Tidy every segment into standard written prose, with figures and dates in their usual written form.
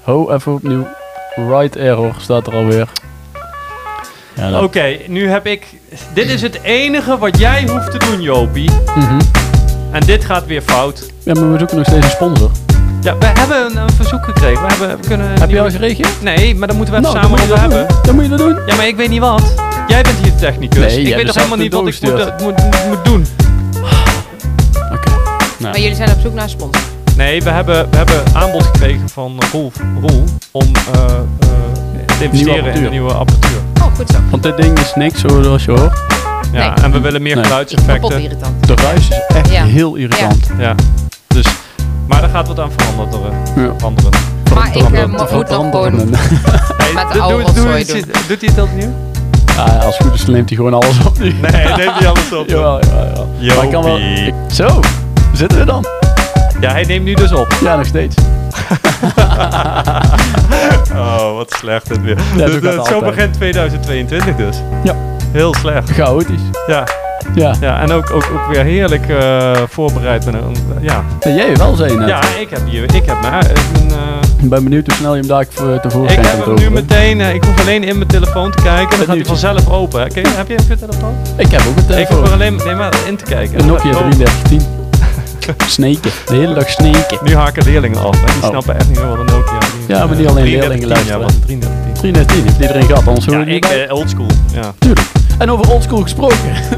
Even opnieuw. Right error staat er alweer. Ja, Oké, nu heb ik... Dit is het enige wat jij hoeft te doen, Jopie. En dit gaat weer fout. Ja, maar we zoeken nog steeds een sponsor. Ja, we hebben een verzoek gekregen. We kunnen Heb je al gereageerd? Nee, maar daar moeten we even samen over hebben. Dan moet je dat doen. Ja, maar ik weet niet wat. Jij bent hier de technicus. Nee, ik weet nog helemaal niet wat ik moet doen. Oké. Nou. Maar jullie zijn op zoek naar een sponsor? Nee, we hebben aanbod gekregen van Roel om te investeren in een nieuwe apparatuur. Oh, goed zo. Want dit ding is niks, zoals je hoort. Ja, Nee. en we willen meer Kapot geluidseffecten. irritant. De ruis is echt heel irritant. Ja, dus... Maar daar gaat wat aan veranderen. Maar ik moet nog gewoon met de oude rotzooi doen. Doet hij het opnieuw? Ja, als het goed is neemt hij gewoon alles op nu. Nee, neemt hij alles op. Jawel. Maar ik kan wel... Zo, zitten we dan? Ja, hij neemt nu dus op. Ja, nog steeds. Oh, wat slecht dit weer. Ja, zo begint 2022 dus. Ja. Heel slecht. Chaotisch. Ja, en ook weer heerlijk voorbereid. Ja, jij wel zijn net. Ja, ik ben benieuwd hoe snel je hem daar tevoren Ik kan heb hem nu meteen, ik hoef alleen in mijn telefoon te kijken. Dan gaat hij vanzelf open. Heb je een telefoon? Ik heb ook een telefoon. Ik hoef er alleen maar in te kijken. Een Nokia 3310. Sneken. De hele dag sneken. Nu haken leerlingen af. Die snappen echt niet meer wat een Nokia is. Ja, maar niet alleen leerlingen luisteren. Ja, wat een 3310. 3310 heeft iedereen gehad, anders hoor je niet bij. Ik oldschool. Ja. Tuurlijk. En over oldschool gesproken.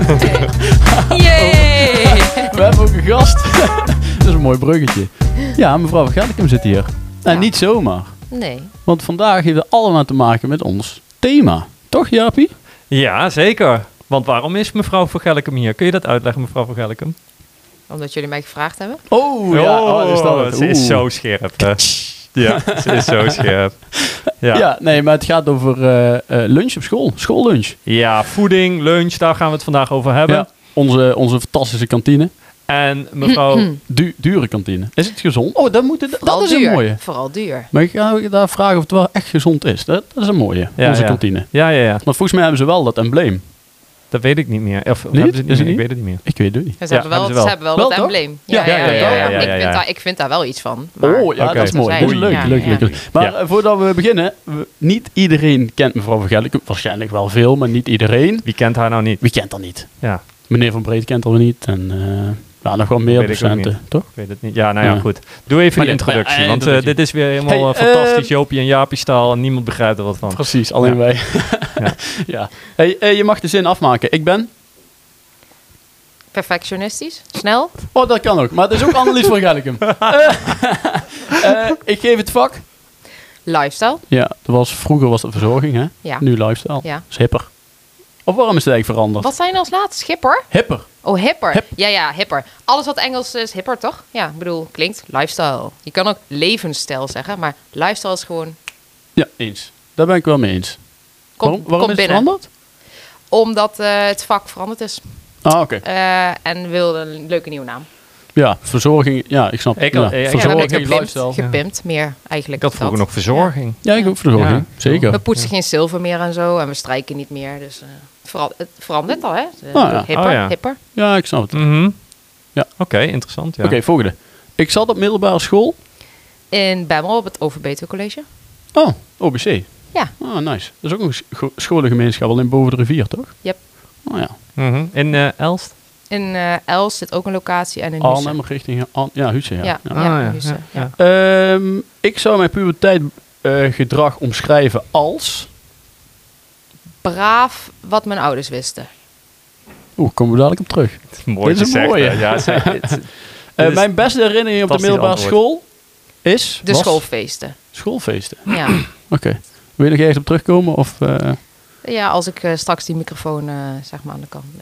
Yay! We hebben ook een gast. Dat is een mooi bruggetje. Ja, mevrouw van Gellicum zit hier. En niet zomaar. Nee. Want vandaag heeft het allemaal te maken met ons thema. Toch, Jaapie? Ja, zeker. Want waarom is mevrouw van Gellicum hier? Kun je dat uitleggen, mevrouw van Gellicum? Omdat jullie mij gevraagd hebben? Oh, ja. Is dat het? Ze is zo scherp. Hè? Ja, ze is zo scherp. Ja, nee, maar het gaat over lunch op school. Schoollunch. Ja, voeding, lunch, daar gaan we het vandaag over hebben. Ja, onze fantastische kantine. En mevrouw... Dure kantine. Is het gezond? Oh, dat is duur. een mooie. Vooral duur. Maar ik ga daar vragen of het wel echt gezond is. Dat is een mooie, onze kantine. Ja. Want volgens mij hebben ze wel dat embleem. Dat weet ik niet meer. Of niet? Hebben ze het niet meer? Is het niet? Ik weet het niet meer. Ik weet het niet. Ze hebben wel dat embleem. Ja. Ik vind daar wel iets van. Maar Oh, ja, dat is mooi. Dat is leuk. Maar voordat we beginnen, niet iedereen kent mevrouw van Gellicum. Waarschijnlijk wel veel, maar niet iedereen. Wie kent haar nou niet? Wie kent haar niet? Ja. Meneer Van Breed kent haar niet. En nog wel meer docenten, toch? Ik weet het niet. Ja, nou ja, goed. Doe even de introductie. Want dit is weer helemaal fantastisch. Jopie en Jaapie staal en niemand begrijpt er wat van. Precies, alleen wij. Ja. Hey, je mag de zin afmaken. Ik ben... Perfectionistisch? Snel? Oh, dat kan ook. Maar het is ook Annelies van Gellicum. Ik geef het vak. Lifestyle. Ja, vroeger was het verzorging, hè? Ja. Nu lifestyle. Ja. Dat is hipper. Of waarom is het eigenlijk veranderd? Wat zijn als laatste? Schipper? Hipper. Oh, hipper. Hip. Ja, hipper. Alles wat Engels is, hipper, toch? Ja, ik bedoel, klinkt lifestyle. Je kan ook levensstijl zeggen, maar lifestyle is gewoon... Ja, eens. Daar ben ik wel mee eens. Waarom is het veranderd? Omdat het vak veranderd is. Ah, oké. En wilde een leuke nieuwe naam. Ja, verzorging. Ja, ik snap het. Verzorging, lifestyle. Gepimpt meer eigenlijk. Ik had vroeger nog verzorging. Ja, ik ook verzorging. Ja. Zeker. We poetsen geen zilver meer en zo. En we strijken niet meer. Dus het verandert al, hè? Hipper. Ja, ik snap het. Ja. Oké, interessant. Ja. Oké, volgende. Ik zat op middelbare school. In Bemmel op het Overbetuwe College. Oh, OBC. Ja. Oh, nice. Dat is ook een scholengemeenschap, alleen boven de rivier, toch? Yep. Oh ja. In Elst? In Elst zit ook een locatie en in Husse. Arnhem richting Husse, ja. Husse, ik zou mijn puberteit gedrag omschrijven als... Braaf wat mijn ouders wisten. Komen we dadelijk op terug. Mooi Dit is een mooie. Ja, mijn beste herinnering op de middelbare school is... De schoolfeesten. Schoolfeesten? Ja. Oké. Wil je nog ergens op terugkomen? Of, Ja, als ik straks die microfoon zeg maar aan de kant...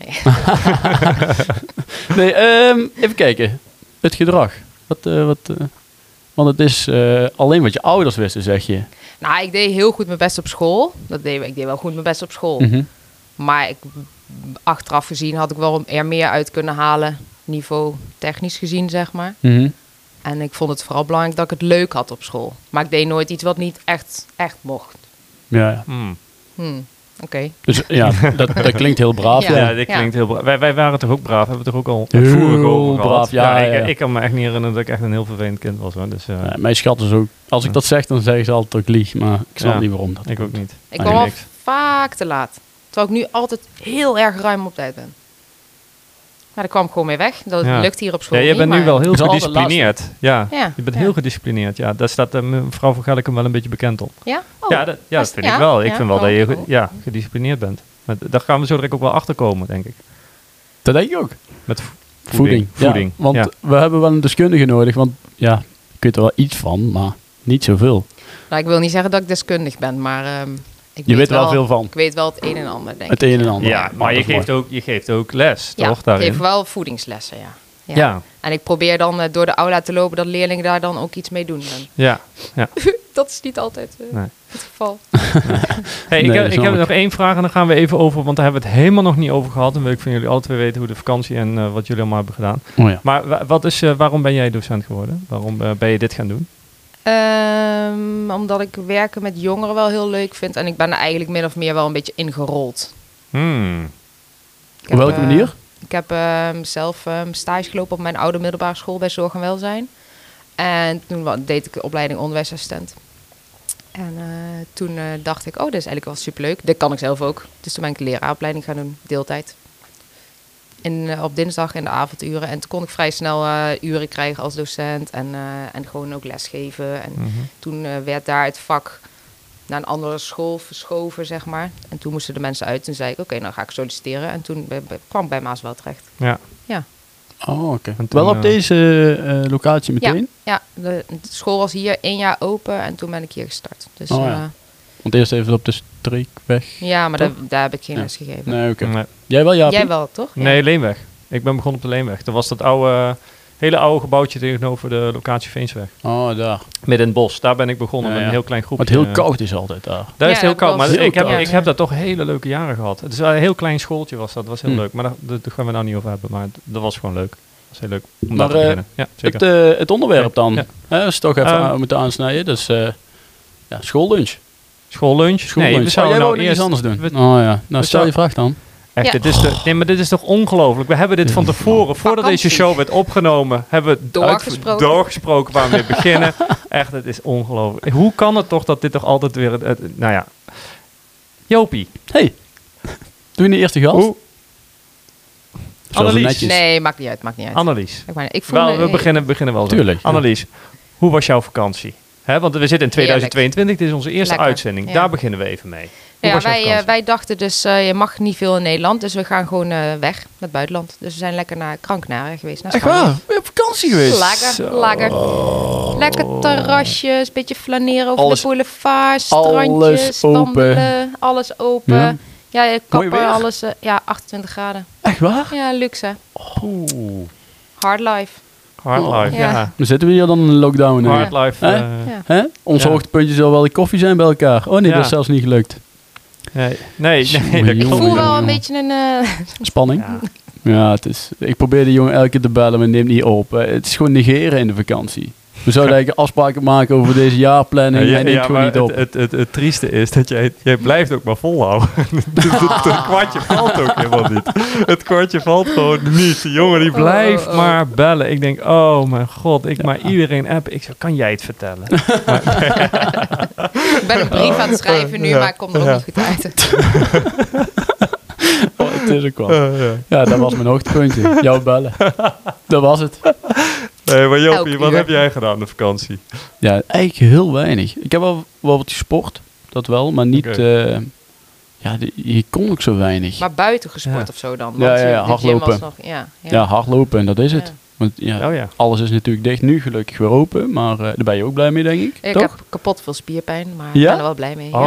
Nee, even kijken. Het gedrag. Want het is alleen wat je ouders wisten, zeg je. Nou, ik deed heel goed mijn best op school. Ik deed wel goed mijn best op school. Maar achteraf gezien had ik wel er meer uit kunnen halen. Niveau technisch gezien, zeg maar. En ik vond het vooral belangrijk dat ik het leuk had op school. Maar ik deed nooit iets wat niet echt mocht. Ja. Oké. Dus ja, dat klinkt heel braaf. Ja, dit klinkt heel braaf. Wij waren toch ook braaf? Hebben we toch ook al heel uitvoerig over braaf, gehad? Ik kan me echt niet herinneren dat ik echt een heel vervelend kind was. Hoor. Dus, mijn schat is ook... Als ik dat zeg, dan zeggen ze altijd dat ik lieg. Maar ik snap niet waarom. Ik ook niet. Ik kom al vaak te laat. Terwijl ik nu altijd heel erg ruim op tijd ben. Maar daar kwam ik gewoon mee weg. Dat lukt hier op school niet. Je bent nu wel heel gedisciplineerd. Ja, je bent heel gedisciplineerd. Ja, daar staat mevrouw van Gellicum wel een beetje bekend op. Ja? Oh. Ja, dat vind ik wel. Ik vind wel dat je gedisciplineerd bent. Maar daar gaan we zo direct ook wel achter komen, denk ik. Dat denk ik ook. Met voeding. Ja, want we hebben wel een deskundige nodig. Want ja, ik weet er wel iets van, maar niet zoveel. Nou, ik wil niet zeggen dat ik deskundig ben, maar... je weet wel veel van. Ik weet wel het een en ander, denk ik. Het een en ander. Ja, maar je geeft ook les, toch? Ja, ik geef wel voedingslessen, ja. En ik probeer dan door de aula te lopen dat leerlingen daar dan ook iets mee doen. Ja. Dat is niet altijd het geval. Hey, ik heb nog 1 vraag en dan gaan we even over, want daar hebben we het helemaal nog niet over gehad. En wil ik van jullie alle 2 weten hoe de vakantie en wat jullie allemaal hebben gedaan. Oh ja. Maar waarom ben jij docent geworden? Waarom ben je dit gaan doen? Omdat ik werken met jongeren wel heel leuk vind. En ik ben er eigenlijk min of meer wel een beetje ingerold. Op welke manier? Ik heb zelf stage gelopen op mijn oude middelbare school bij Zorg en Welzijn. En toen deed ik de opleiding onderwijsassistent. En toen dacht ik, dit is eigenlijk wel superleuk. Dit kan ik zelf ook. Dus toen ben ik de leraaropleiding gaan doen, deeltijd. Op dinsdag in de avonduren. En toen kon ik vrij snel uren krijgen als docent. En gewoon ook lesgeven. En toen werd daar het vak naar een andere school verschoven, zeg maar. En toen moesten de mensen uit. Toen zei ik, oké, nou ga ik solliciteren. En toen kwam ik bij Maaswel terecht. Ja. Oh, oké. Wel op deze locatie meteen? Ja, de school was hier 1 jaar open. En toen ben ik hier gestart. Dus, want eerst even op de Streekweg. Ja, maar daar heb ik geen les gegeven. Nee, oké. Nee. Jij wel, Jaapie? Jij wel, toch? Nee, ja. Leenweg. Ik ben begonnen op de Leenweg. Dat was dat hele oude gebouwtje tegenover de locatie Veensweg. Oh, daar. Midden in het bos. Daar ben ik begonnen met een heel klein groepje. Wat heel koud is altijd daar. Daar is het heel koud. Maar ik heb daar toch hele leuke jaren gehad. Het is een heel klein schooltje was dat. Dat was heel leuk. Maar daar gaan we nou niet over hebben. Maar dat was gewoon leuk. Dat was heel leuk om daar te beginnen. Ja, zeker. Het onderwerp dan. Is toch even moeten aansnijden. Dus schoollunch. Schoollunch? Nee, we zouden nou eerst iets anders doen. Nou, stel je vraag dan. Echt, maar dit is toch ongelooflijk. We hebben dit van tevoren, voordat deze show werd opgenomen, hebben we doorgesproken waar we mee beginnen. Echt, het is ongelooflijk. Hoe kan het toch dat dit toch altijd weer... Jopie. Hey, doe je de eerste gast? Annelies. Nee, maakt niet uit. Annelies. We beginnen wel zo. Tuurlijk. Annelies, hoe was jouw vakantie? Want we zitten in 2022, dit is onze eerste uitzending. Ja. Daar beginnen we even mee. Wij dachten dus, je mag niet veel in Nederland, dus we gaan gewoon weg naar het buitenland. Dus we zijn lekker naar Kranknaren geweest. Naar Spanje. Echt waar? Ben je op vakantie geweest? Lekker. Lekker terrasjes, beetje flaneren over de boulevard, strandjes, wandelen, alles open. Ja, kapper, alles. 28 graden. Echt waar? Ja, luxe. Hard life. Hardlife, ja. Dan zitten we hier dan in een lockdown. Hardlife. Ons hoogtepuntje zal wel die koffie zijn bij elkaar. Oh nee, dat is zelfs niet gelukt. Nee, ik voel wel een beetje een... Spanning. Ja, ik probeer de jongen elke keer te bellen, maar neemt niet op. Het is gewoon negeren in de vakantie. We zouden eigenlijk afspraken maken over deze jaarplanning. Hij neemt gewoon niet op. Het trieste is dat jij blijft ook maar volhouden. Het kwartje valt ook helemaal niet. Het kwartje valt gewoon niet. De jongen die blijft maar bellen. Ik denk, oh mijn god, maar iedereen appen. Ik zeg, kan jij het vertellen? Ik ben een brief aan het schrijven nu, maar ik kom er ook niet goed uit. Het is ook wel. Ja, dat was mijn hoogtepuntje. Jou bellen. Dat was het. Nee, maar Jopie, wat heb jij gedaan op de vakantie? Ja, eigenlijk heel weinig. Ik heb wel wat gesport, dat wel, maar niet... je kon ook zo weinig. Maar buiten gesport of zo dan? Ja, hardlopen. Ja, hardlopen, en dat is het. Want alles is natuurlijk dicht. Nu gelukkig weer open, maar daar ben je ook blij mee, denk ik. Ik heb kapot veel spierpijn, maar ik ben er wel blij mee.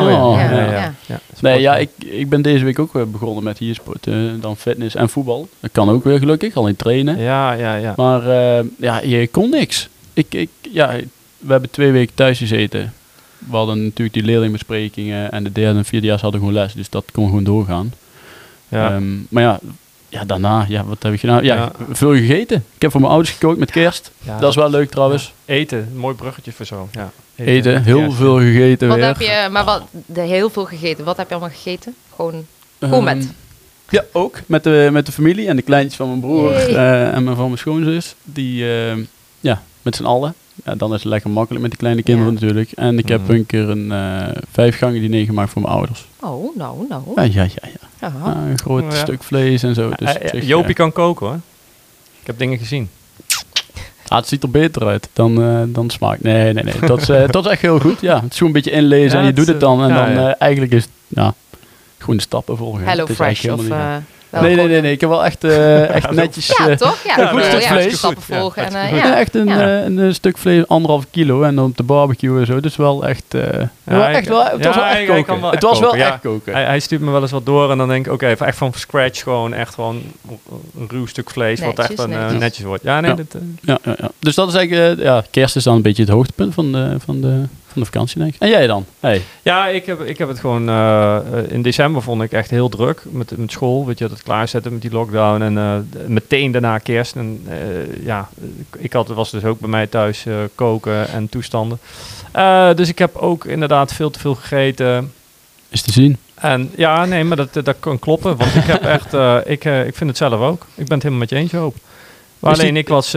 Ik ben deze week ook weer begonnen met hier sporten, dan fitness en voetbal. Dat kan ook weer gelukkig, alleen trainen. Ja. Maar je kon niks. We hebben 2 weken thuis gezeten. We hadden natuurlijk die leerlingbesprekingen en de 3e en 4e jaar hadden gewoon les, dus dat kon gewoon doorgaan. Ja. Daarna, wat heb ik gedaan? Veel gegeten. Ik heb voor mijn ouders gekookt met kerst. Ja, dat is wel leuk trouwens. Ja. Eten, een mooi bruggetje voor zo. Ja. Eten, heel veel gegeten Wat weer. heb je, maar heel veel gegeten. Wat heb je allemaal gegeten? Gewoon met. Ja, ook. Met de familie en de kleintjes van mijn broer en van mijn schoonzus. Die, met z'n allen. Ja, dan is het lekker makkelijk met die kleine kinderen natuurlijk. En ik heb een keer een 5 gangen diner gemaakt voor mijn ouders. Oh, nou. Ja. Een groot stuk vlees en zo. Dus Jopie kan koken hoor. Ik heb dingen gezien. Het ziet er beter uit dan smaakt. Nee. Dat is echt heel goed. Ja, het is gewoon een beetje inlezen en je doet het dan. En dan eigenlijk is het gewoon de stappen volgen. Hello Fresh of... Nee. Ik heb wel echt netjes... Ja, toch? Ja, een goed stuk vlees. Stappen volgen. Echt een stuk vlees, 1,5 kilo. En dan op de barbecue en zo. Dus wel echt... Het was wel echt koken. Het was wel echt koken. Hij stuurt me wel eens wat door. En dan denk ik, oké, echt van scratch gewoon een ruw stuk vlees. Netjes, wat echt netjes wordt. Ja, nee. Ja. Dus dat is eigenlijk... kerst is dan een beetje het hoogtepunt van de vakantie, denk ik. En jij dan? Hey. Ja, ik heb het gewoon... in december vond ik echt heel druk met school. Weet je, dat klaarzetten met die lockdown. En meteen daarna kerst. En was dus ook bij mij thuis koken en toestanden. Dus ik heb ook inderdaad veel te veel gegeten. Is te zien. En ja, nee, maar dat kan kloppen. Want ik heb echt... ik vind het zelf ook. Ik ben het helemaal met je eens, Joop. Maar alleen,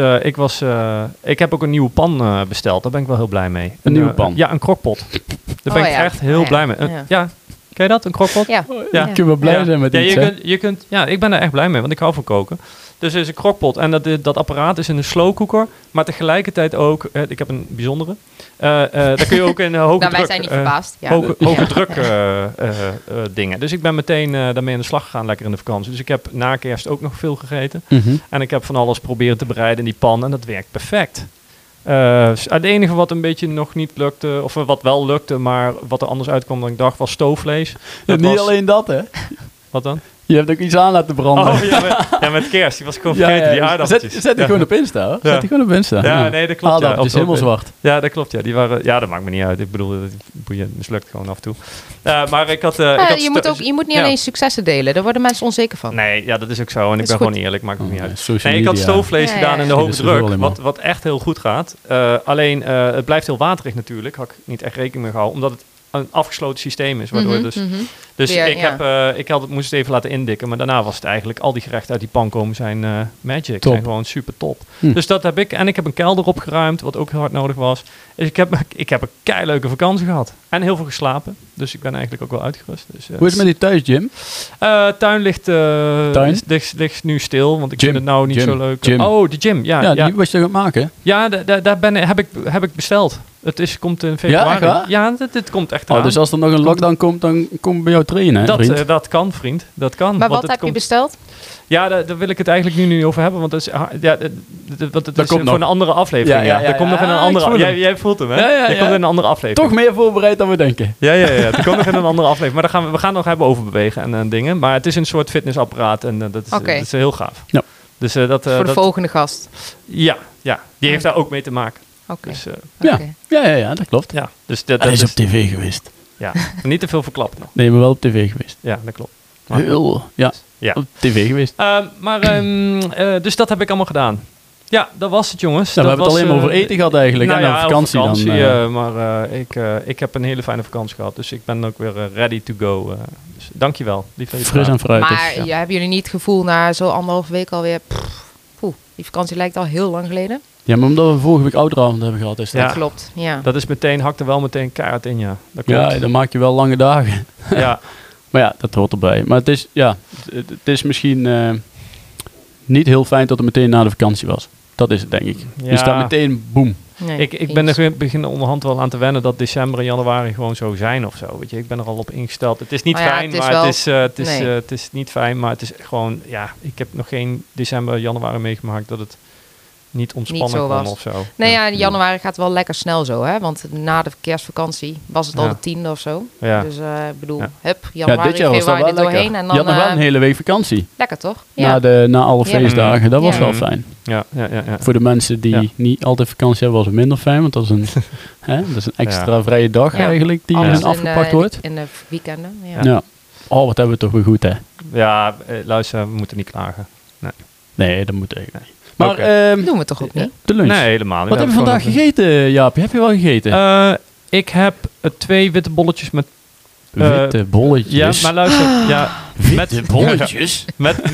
ik heb ook een nieuwe pan besteld. Daar ben ik wel heel blij mee. Een nieuwe pan? Ja, een crockpot. Daar ben ik echt heel blij mee. Ja, ken je dat? Een crockpot? Ja. Je kunt wel blij zijn met iets, ik ben er echt blij mee, want ik hou van koken. Dus er is een crockpot en dat apparaat is in een slow cooker. Maar tegelijkertijd ook, ik heb een bijzondere. Daar kun je ook in hoge druk... wij zijn niet verbaasd. Hoge druk dingen. Dus ik ben meteen daarmee aan de slag gegaan, lekker in de vakantie. Dus ik heb na kerst ook nog veel gegeten. Mm-hmm. En ik heb van alles proberen te bereiden in die pan. En dat werkt perfect. Het enige wat een beetje nog niet lukte, of wat wel lukte, maar wat er anders uitkwam dan ik dacht, was stoofvlees. Niet alleen dat, hè? Wat dan? Je hebt ook iets aan laten branden. Oh, met kerst. Die was gewoon vergeten, die aardappeltjes. Zet die gewoon op Insta, hoor. Zet die gewoon op Insta. Ja, nee, dat klopt. Aardappeltjes, helemaal zwart. Ja, dat klopt, ja. Die waren... Ja, dat maakt me niet uit. Ik bedoel, het mislukt gewoon af en toe. Maar ik had... je moet niet alleen successen delen. Daar worden mensen onzeker van. Nee, ja, dat is ook zo. En ik ben gewoon eerlijk. Maakt ook niet uit. Nee, ik had stoofvlees gedaan in de hoge druk. Wat echt heel goed gaat. Alleen, het blijft heel waterig natuurlijk. Had ik niet echt rekening mee gehouden. Omdat het een afgesloten systeem is. Waardoor ik moest het even laten indikken. Maar daarna was het eigenlijk... Al die gerechten uit die pan komen zijn magic. Zijn gewoon super top. Dus dat heb ik. En ik heb een kelder opgeruimd. Wat ook heel hard nodig was. Dus ik heb een keileuke vakantie gehad. En heel veel geslapen. Dus ik ben eigenlijk ook wel uitgerust. Dus, hoe is het met die thuis, Jim? Tuin ligt nu stil. Want ik vind het nou niet zo leuk. Gym. Oh, de gym. Ja, die was je aan het maken? Ja, heb ik besteld. Komt in februari. Ja, dit komt echt aan. Dus als er nog een lockdown komt, dan kom ik bij jou trainen, hè, vriend? Dat kan, vriend. Dat kan. Maar wat heb je besteld? Ja, daar wil ik het eigenlijk nu niet over hebben. Want dat is voor een andere aflevering. Dat komt nog in een andere... Jij voelt hem, hè? Dat komt in een andere aflevering. Toch meer voorbereid dan we denken. Ja. Dat komt nog in een andere aflevering. Maar we gaan het nog hebben over bewegen en dingen. Maar het is een soort fitnessapparaat. En dat is heel gaaf. Ja. Dus, voor de volgende gast. Ja. Die heeft daar ook mee te maken. Oké. Dus, ja, dat klopt. Ja, dus dat is op tv geweest. Ja, niet te veel verklappen nog. Nee, maar wel op tv geweest. Ja, dat klopt. Op tv geweest. Dus dat heb ik allemaal gedaan. Ja, dat was het, jongens. We hebben het alleen maar over eten gehad eigenlijk. En dan vakantie dan. Maar ik heb een hele fijne vakantie gehad. Dus ik ben ook weer ready to go. Dus dankjewel. Fris en fruitig. Maar hebben jullie niet het gevoel na zo'n 1,5 week alweer... die vakantie lijkt al heel lang geleden. Ja, maar omdat we vorige week ouderavond hebben gehad. Is dat. Ja, klopt. Ja. Dat is hakt er wel meteen keihard in, ja. Dat klopt. Ja, dan maak je wel lange dagen. Ja. Maar ja, dat hoort erbij. Maar het is misschien niet heel fijn dat het meteen na de vakantie was. Dat is het, denk ik. Ja. Je staat meteen, boem. Nee, ik ben er begin onderhand wel aan te wennen dat december en januari gewoon zo zijn of zo. Weet je, ik ben er al op ingesteld. Het is niet fijn, maar het is niet fijn, maar het is gewoon, ik heb nog geen december, januari meegemaakt dat het niet ontspannen kwam of zo. Nee, januari gaat wel lekker snel zo, hè? Want na de kerstvakantie was het al de 10e of zo. Ja. Dus ik bedoel, januari, februari er doorheen. En dan, je had nog wel een hele week vakantie. Lekker, toch? Ja. Na alle feestdagen. Dat was wel fijn. Ja. Voor de mensen die niet altijd vakantie hebben, was het minder fijn. Want dat is een extra vrije dag eigenlijk die afgepakt wordt. In de weekenden. Ja. Oh, wat hebben we toch weer goed, hè? Ja, luister, we moeten niet klagen. Nee, dat moet eigenlijk niet. Maar doen we toch ook niet? De lunch. Nee, helemaal niet. Wat hebben we vandaag gegeten, Jaapje? Heb je wel gegeten? Ik heb 2 witte bolletjes met... witte bolletjes? Ja, maar luister. Ja, witte bolletjes?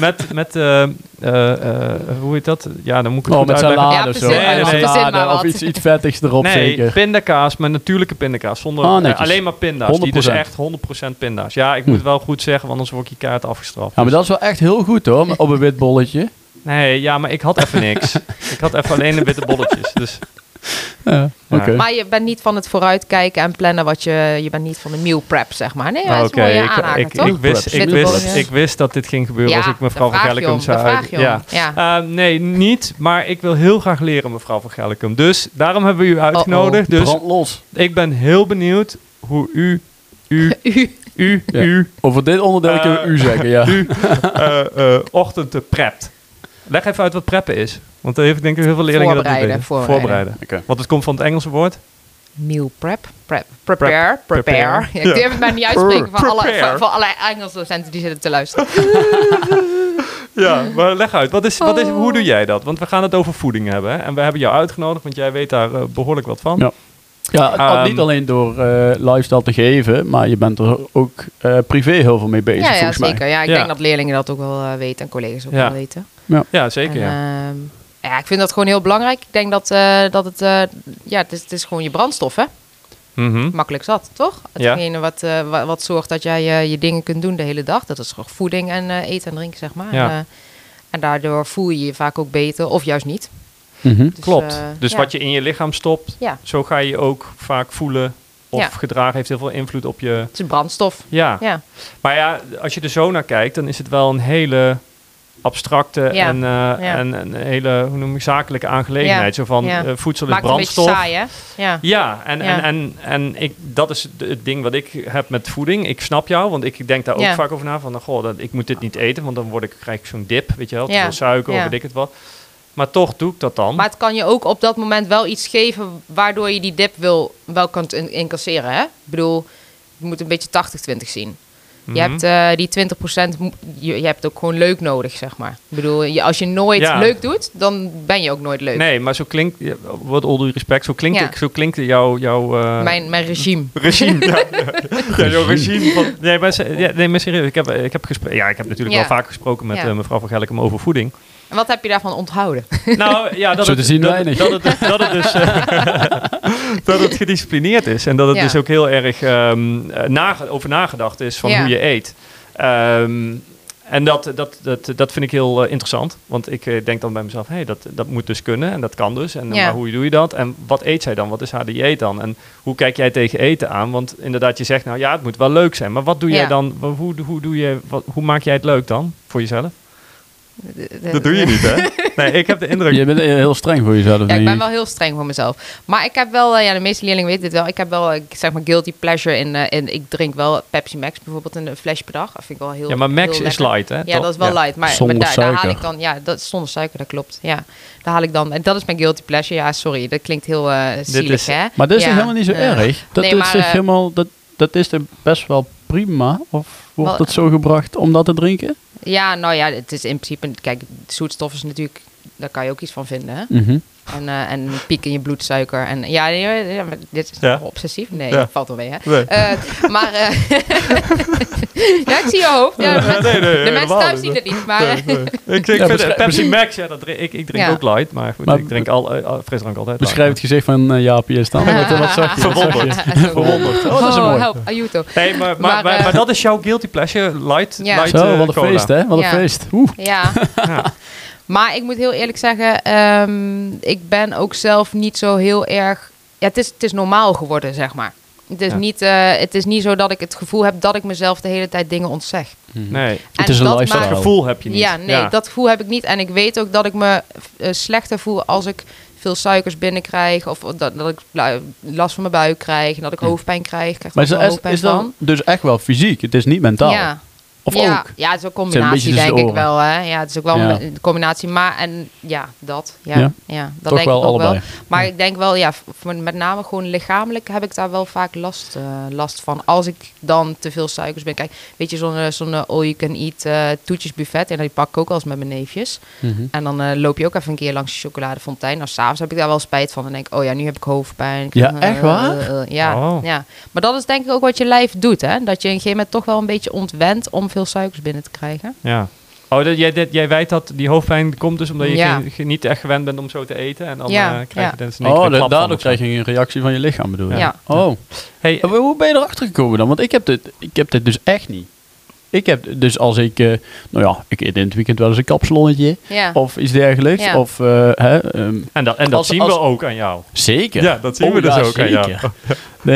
Hoe heet dat? Ja, dan moet ik het goed met uitleggen. salade of zo. Nee. Salade of iets vettigs erop zeker. Pindakaas, maar natuurlijke pindakaas. Zonder alleen maar pinda's. 100%. Die dus echt 100% pinda's. Ja, ik moet het wel goed zeggen, want anders word ik je kaart afgestraft. Ja, maar dat is wel echt heel goed hoor, op een wit bolletje. Nee, ja, maar ik had even niks. Ik had even alleen de witte bolletjes. Dus... Ja, okay. Maar je bent niet van het vooruitkijken en plannen je bent niet van de meal prep, zeg maar. Nee, dat is een mooie aanhaker, toch? Ik wist dat dit ging gebeuren als ik mevrouw van Gellicum zou... Nee, niet, maar ik wil heel graag leren, mevrouw van Gellicum. Dus daarom hebben we u uitgenodigd. Dus brand los. Ik ben heel benieuwd hoe u over dit onderdeel kunnen we u zeggen, ja. Ochtend prept. Leg even uit wat preppen is. Want daar heeft denk ik heel veel leerlingen dat niet weten. Voorbereiden. Okay. Want het komt van het Engelse woord? Meal prep. Prepare. Ja, ik durf het maar niet uitspreken van alle Engelse docenten die zitten te luisteren. Ja, maar leg uit. Hoe doe jij dat? Want we gaan het over voeding hebben. Hè? En we hebben jou uitgenodigd, want jij weet daar behoorlijk wat van. Ja. Ja, niet alleen door lifestyle te geven, maar je bent er ook privé heel veel mee bezig, volgens mij. Zeker. Ja, ik denk dat leerlingen dat ook wel weten en collega's ook wel weten. Ja, zeker. Ja, ik vind dat gewoon heel belangrijk. Ik denk dat het is gewoon je brandstof, hè? Mm-hmm. Makkelijk zat, toch? Hetgene wat zorgt dat jij je dingen kunt doen de hele dag. Dat is gewoon voeding en eten en drinken, zeg maar. Ja. En daardoor voel je je vaak ook beter, of juist niet. Mm-hmm. Dus, klopt. Dus wat je in je lichaam stopt, zo ga je ook vaak voelen of gedragen. Heeft heel veel invloed op je... Het is brandstof. Ja. Maar ja, als je er zo naar kijkt, dan is het wel een hele en een hele, hoe noem ik, zakelijke aangelegenheid. Zo van, voedsel is brandstof. Maakt een beetje saai, hè? En dat is het ding wat ik heb met voeding. Ik snap jou, want ik denk daar ook vaak over na. Van, ik moet dit niet eten, want dan krijg ik zo'n dip, weet je wel. Te veel suiker, of weet ik het wat. Maar toch doe ik dat dan. Maar het kan je ook op dat moment wel iets geven waardoor je die dip wel kunt incasseren, hè? Ik bedoel, je moet een beetje 80-20 zien. Je hebt die 20%, je hebt ook gewoon leuk nodig, zeg maar. Ik bedoel, als je nooit leuk doet, dan ben je ook nooit leuk. Nee, maar zo klinkt, wat all due respect, zo klinkt jouw... Mijn regime. Jouw regime. Van, maar serieus, ik heb natuurlijk wel vaak gesproken met mevrouw van Gellicum over voeding. En wat heb je daarvan onthouden? Nou, ja, dat het gedisciplineerd is. En dat het dus ook heel erg over nagedacht is van hoe je eet. En dat vind ik heel interessant. Want ik denk dan bij mezelf, dat moet dus kunnen en dat kan dus. En maar hoe doe je dat? En wat eet zij dan? Wat is haar dieet dan? En hoe kijk jij tegen eten aan? Want inderdaad, je zegt, het moet wel leuk zijn. Maar wat doe jij dan? Hoe maak jij het leuk dan voor jezelf? Dat doe je niet, hè? Nee, ik heb de indruk... Je bent heel streng voor jezelf. Ja, ik ben wel heel streng voor mezelf. Maar ik heb wel... de meeste leerlingen weten dit wel. Ik heb wel, zeg maar, guilty pleasure in... Ik drink wel Pepsi Max bijvoorbeeld een flesje per dag. Dat vind ik wel heel... Ja, maar Max is light, hè? Ja, dat is wel light. Maar daar haal ik dan... Ja, dat is zonder suiker, dat klopt. Ja, daar haal ik dan... En dat is mijn guilty pleasure. Ja, sorry. Dat klinkt heel zielig, hè? Maar dat is helemaal niet zo erg. Dat is er best wel prima. Of wordt het zo gebracht om dat te drinken? Ja, nou ja, het is in principe... Kijk, zoetstof is natuurlijk... Daar kan je ook iets van vinden, hè? Mm-hmm. En piek in je bloedsuiker. En maar dit is obsessief. Nee, valt wel mee, hè? Nee. Ja, ik zie je hoofd. Ja, de mensen thuis zien het niet, maar... Ik vind Pepsi Max, ik drink ook light, maar goed, ik drink frisdrank altijd. Beschrijf het gezicht van Jaapie is dan. Wat zag je? Verwonderd. Oh, dat is mooi. Help, Ayuto. Nee, maar dat is jouw guilty pleasure, light Zo, wat een feest, hè? Wat een feest. Ja. Maar ik moet heel eerlijk zeggen, ik ben ook zelf niet zo heel erg... Ja, het is normaal geworden, zeg maar. Het is niet zo dat ik het gevoel heb dat ik mezelf de hele tijd dingen ontzeg. Nee, het is een lifestyle. Dat gevoel heb je niet. Ja, dat gevoel heb ik niet. En ik weet ook dat ik me slechter voel als ik veel suikers binnenkrijg. Of dat ik last van mijn buik krijg. En dat ik hoofdpijn krijg. Maar is dat dus echt wel fysiek? Het is niet mentaal? Ja. Of ja, ook? ja, het is een Zijn een combinatie, beetje tussen denk de ik oren. wel. Hè? Ja, het is ook wel een combinatie. Maar, en ja, dat. Ja, Ja? ja, dat Toch denk wel ik ook allebei. wel. Maar ik denk wel, ja, met name gewoon lichamelijk heb ik daar wel vaak last van. Als ik dan te veel suikers ben. Kijk, weet je, zo'n all-you-can-eat toetjesbuffet. En die pak ik ook wel eens met mijn neefjes. En dan loop je ook even een keer langs de chocoladefontein. Nou, s'avonds heb ik daar wel spijt van. En denk ik, oh ja, nu heb ik hoofdpijn. Ja, echt waar? Ja, ja. Maar dat is denk ik ook wat je lijf doet, hè. Dat je op een gegeven moment toch wel een beetje ontwent om veel suikers binnen te krijgen. Ja. Oh, jij weet dat die hoofdpijn komt dus omdat je niet echt gewend bent om zo te eten. En dan krijg je dus een klap van. Daardoor krijg je een reactie van je lichaam, bedoel je? Ja. Oh. Hey, Hoe ben je erachter gekomen dan? Want ik heb dit dus echt niet. Ik heb dus als ik, ik eet in het weekend wel eens een kapsalonnetje Ja. of iets dergelijks. Ja. Of, en dat zien we ook aan jou. Zeker. Ja, dat zien we dus ook aan jou. Nee.